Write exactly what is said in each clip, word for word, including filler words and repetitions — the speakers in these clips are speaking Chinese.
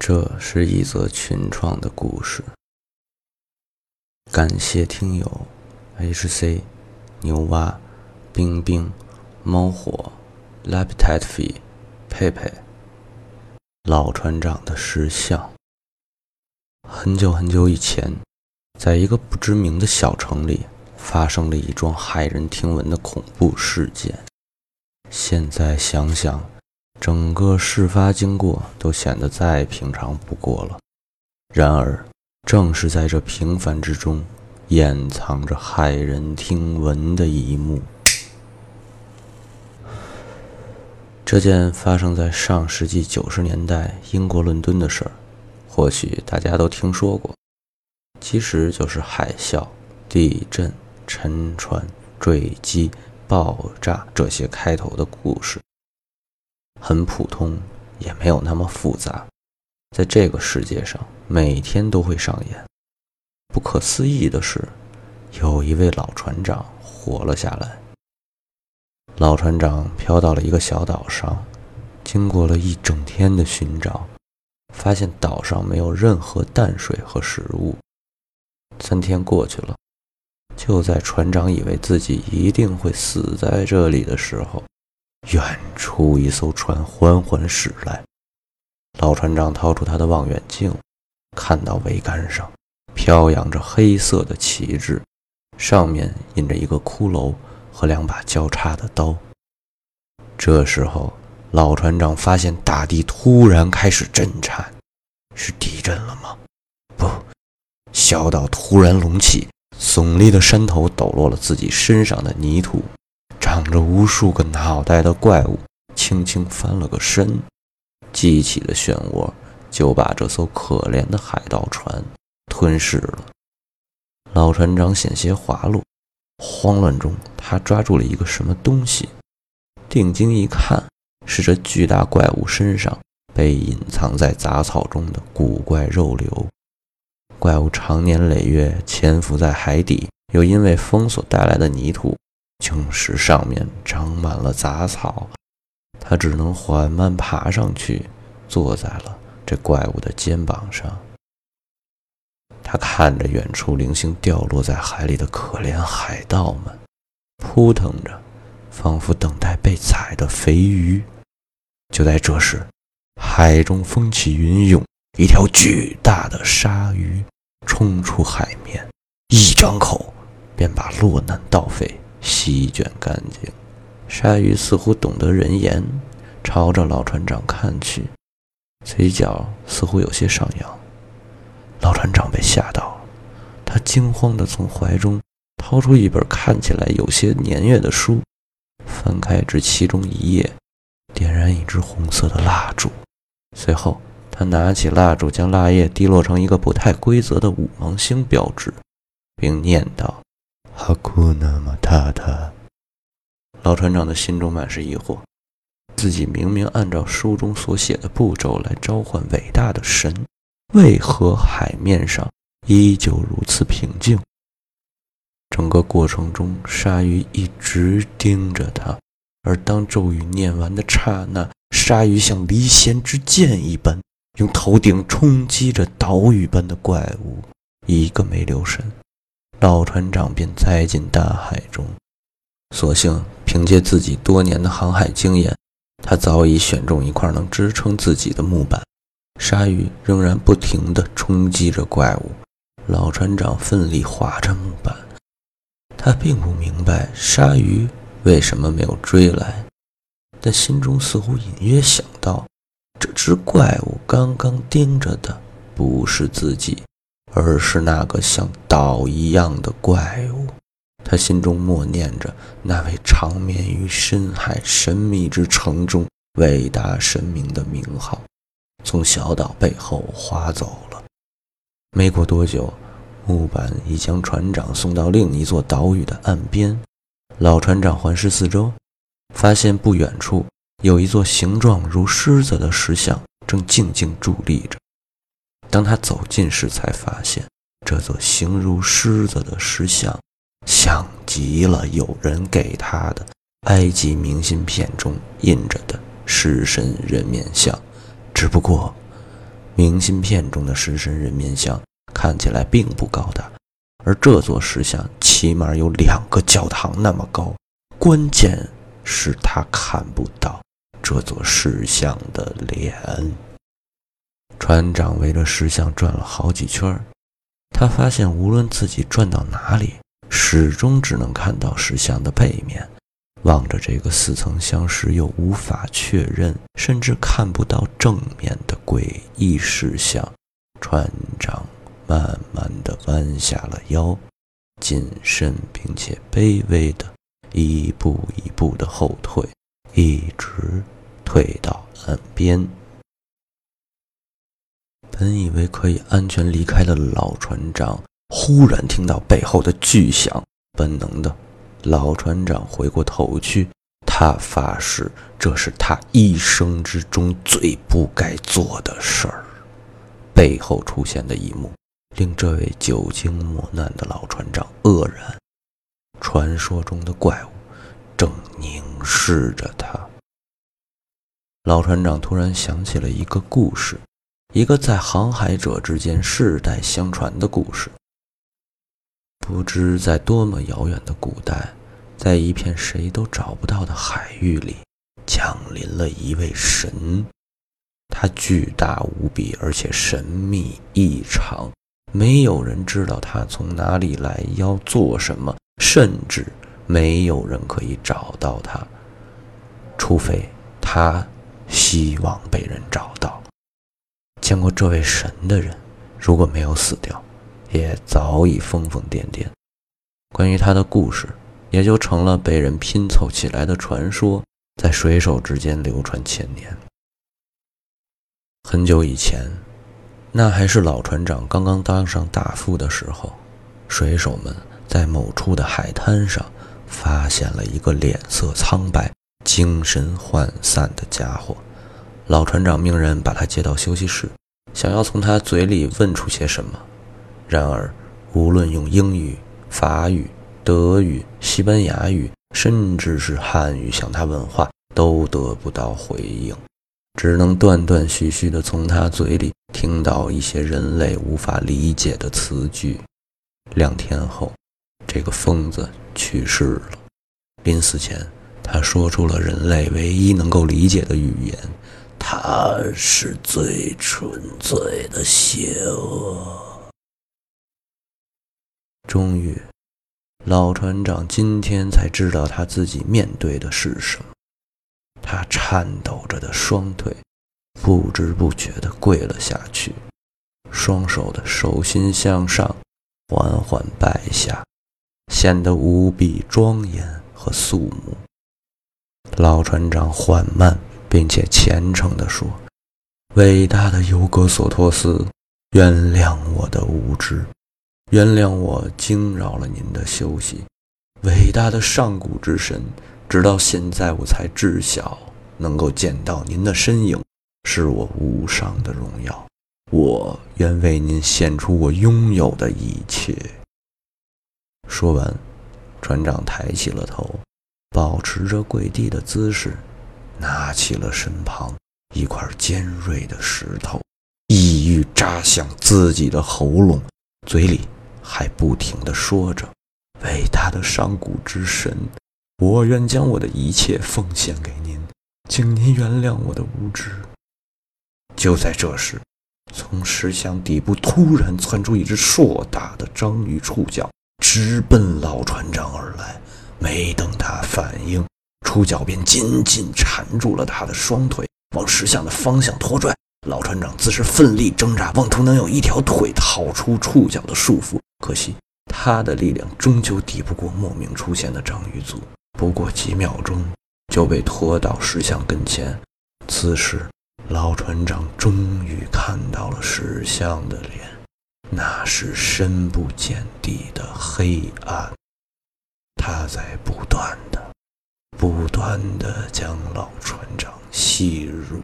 这是一则群创的故事。感谢听友 H C、牛蛙、冰冰、猫火、Laptite Fee、佩佩。老船长的石像。很久很久以前，在一个不知名的小城里，发生了一桩骇人听闻的恐怖事件。现在想想，整个事发经过都显得再平常不过了。然而，正是在这平凡之中，掩藏着骇人听闻的一幕。这件发生在上世纪九十年代英国伦敦的事儿，或许大家都听说过，其实就是海啸、地震、沉船、坠机、爆炸这些开头的故事。很普通，也没有那么复杂，在这个世界上每天都会上演。不可思议的是，有一位老船长活了下来。老船长飘到了一个小岛上，经过了一整天的寻找，发现岛上没有任何淡水和食物。三天过去了，就在船长以为自己一定会死在这里的时候，远处一艘船缓缓驶来。老船长掏出他的望远镜，看到桅杆上飘扬着黑色的旗帜，上面印着一个骷髅和两把交叉的刀。这时候，老船长发现大地突然开始震颤。是地震了吗？不，小岛突然隆起，耸立的山头抖落了自己身上的泥土，长着无数个脑袋的怪物轻轻翻了个身，激起的漩涡就把这艘可怜的海盗船吞噬了。老船长险些滑落，慌乱中他抓住了一个什么东西，定睛一看，是这巨大怪物身上被隐藏在杂草中的古怪肉瘤。怪物长年累月潜伏在海底，又因为风所带来的泥土竟使上面长满了杂草，他只能缓慢爬上去，坐在了这怪物的肩膀上。他看着远处零星掉落在海里的可怜海盗们，扑腾着，仿佛等待被宰的肥鱼。就在这时，海中风起云涌，一条巨大的鲨鱼冲出海面，一张口便把落难盗匪席卷干净。鲨鱼似乎懂得人言，朝着老船长看去，嘴角似乎有些上扬。老船长被吓到了，他惊慌地从怀中掏出一本看起来有些年月的书，翻开至其中一页，点燃一支红色的蜡烛。随后他拿起蜡烛，将蜡液滴落成一个不太规则的五芒星标志，并念道：哈库纳马塔塔。老船长的心中满是疑惑，自己明明按照书中所写的步骤来召唤伟大的神，为何海面上依旧如此平静？整个过程中，鲨鱼一直盯着他，而当咒语念完的刹那，鲨鱼像离弦之箭一般，用头顶冲击着岛屿般的怪物，一个没留神，老船长便栽进大海中。所幸凭借自己多年的航海经验，他早已选中一块能支撑自己的木板。鲨鱼仍然不停地冲击着怪物，老船长奋力划着木板。他并不明白鲨鱼为什么没有追来，但心中似乎隐约想到，这只怪物刚刚盯着的不是自己，而是那个像岛一样的怪物。他心中默念着那位长眠于深海神秘之城中伟大神明的名号，从小岛背后划走了。没过多久，木板已将船长送到另一座岛屿的岸边。老船长环视四周，发现不远处有一座形状如狮子的石像正静静伫立着。当他走近时，才发现这座形如狮子的石像像极了有人给他的埃及明信片中印着的狮身人面像，只不过明信片中的狮身人面像看起来并不高大，而这座石像起码有两个教堂那么高。关键是他看不到这座石像的脸。船长围着石像转了好几圈，他发现无论自己转到哪里，始终只能看到石像的背面。望着这个似曾相识又无法确认，甚至看不到正面的诡异石像，船长慢慢地弯下了腰，谨慎并且卑微地一步一步地后退，一直退到岸边。本以为可以安全离开的老船长忽然听到背后的巨响，本能的老船长回过头去，他发誓这是他一生之中最不该做的事儿。背后出现的一幕令这位久经磨难的老船长愕然，传说中的怪物正凝视着他。老船长突然想起了一个故事，一个在航海者之间世代相传的故事。不知在多么遥远的古代，在一片谁都找不到的海域里，降临了一位神。他巨大无比，而且神秘异常，没有人知道他从哪里来，要做什么，甚至没有人可以找到他，除非他希望被人找到。见过这位神的人，如果没有死掉，也早已疯疯癫癫。关于他的故事也就成了被人拼凑起来的传说，在水手之间流传千年。很久以前，那还是老船长刚刚当上大副的时候，水手们在某处的海滩上发现了一个脸色苍白、精神涣散的家伙。老船长命人把他接到休息室，想要从他嘴里问出些什么。然而无论用英语、法语、德语、西班牙语，甚至是汉语向他问话，都得不到回应，只能断断续续地从他嘴里听到一些人类无法理解的词句。两天后，这个疯子去世了。临死前，他说出了人类唯一能够理解的语言，他是最纯粹的邪恶。终于，老船长今天才知道他自己面对的是什么。他颤抖着的双腿不知不觉地跪了下去，双手的手心向上缓缓摆下，显得无比庄严和肃穆。老船长缓慢并且虔诚地说：伟大的尤格索托斯，原谅我的无知，原谅我惊扰了您的休息。伟大的上古之神，直到现在我才知晓，能够见到您的身影是我无上的荣耀。我愿为您献出我拥有的一切。说完，船长抬起了头，保持着跪地的姿势，拿起了身旁一块尖锐的石头，意欲扎向自己的喉咙，嘴里还不停地说着：伟大的上古之神，我愿将我的一切奉献给您，请您原谅我的无知。就在这时，从石像底部突然窜出一只硕大的章鱼触角，直奔老船长而来。没等他反应，触角便紧紧缠住了他的双腿，往石像的方向拖拽。老船长自是奋力挣扎，妄图能有一条腿逃出触角的束缚，可惜他的力量终究抵不过莫名出现的章鱼族，不过几秒钟就被拖到石像跟前。此时老船长终于看到了石像的脸，那是深不见底的黑暗，他在不断的不断的将老船长吸入。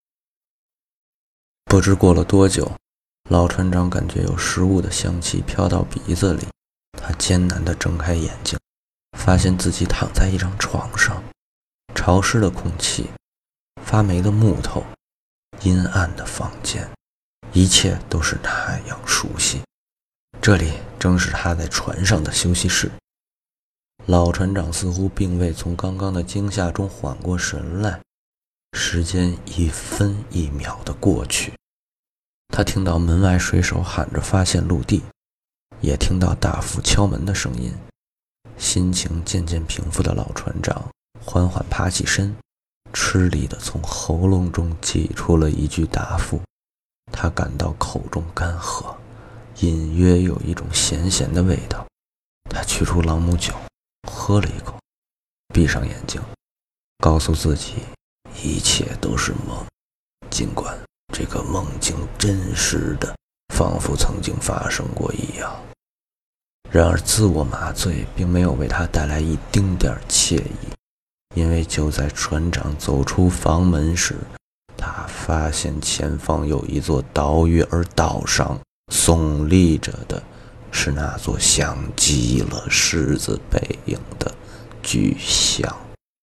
不知过了多久，老船长感觉有食物的香气飘到鼻子里，他艰难地睁开眼睛，发现自己躺在一张床上，潮湿的空气，发霉的木头，阴暗的房间， 一切都是那样熟悉。这里正是他在船上的休息室。老船长似乎并未从刚刚的惊吓中缓过神来，时间一分一秒地过去。他听到门外水手喊着发现陆地，也听到大副敲门的声音。心情渐渐平复的老船长缓缓爬起身，吃力地从喉咙中挤出了一句答复。他感到口中干涸，隐约有一种咸咸的味道。他取出朗姆酒，喝了一口，闭上眼睛，告诉自己一切都是梦，尽管这个梦境真实的仿佛曾经发生过一样。然而自我麻醉并没有为他带来一丁点惬意，因为就在船长走出房门时，他发现前方有一座岛屿，而岛上耸立着的是那座像极了狮子背影的巨像。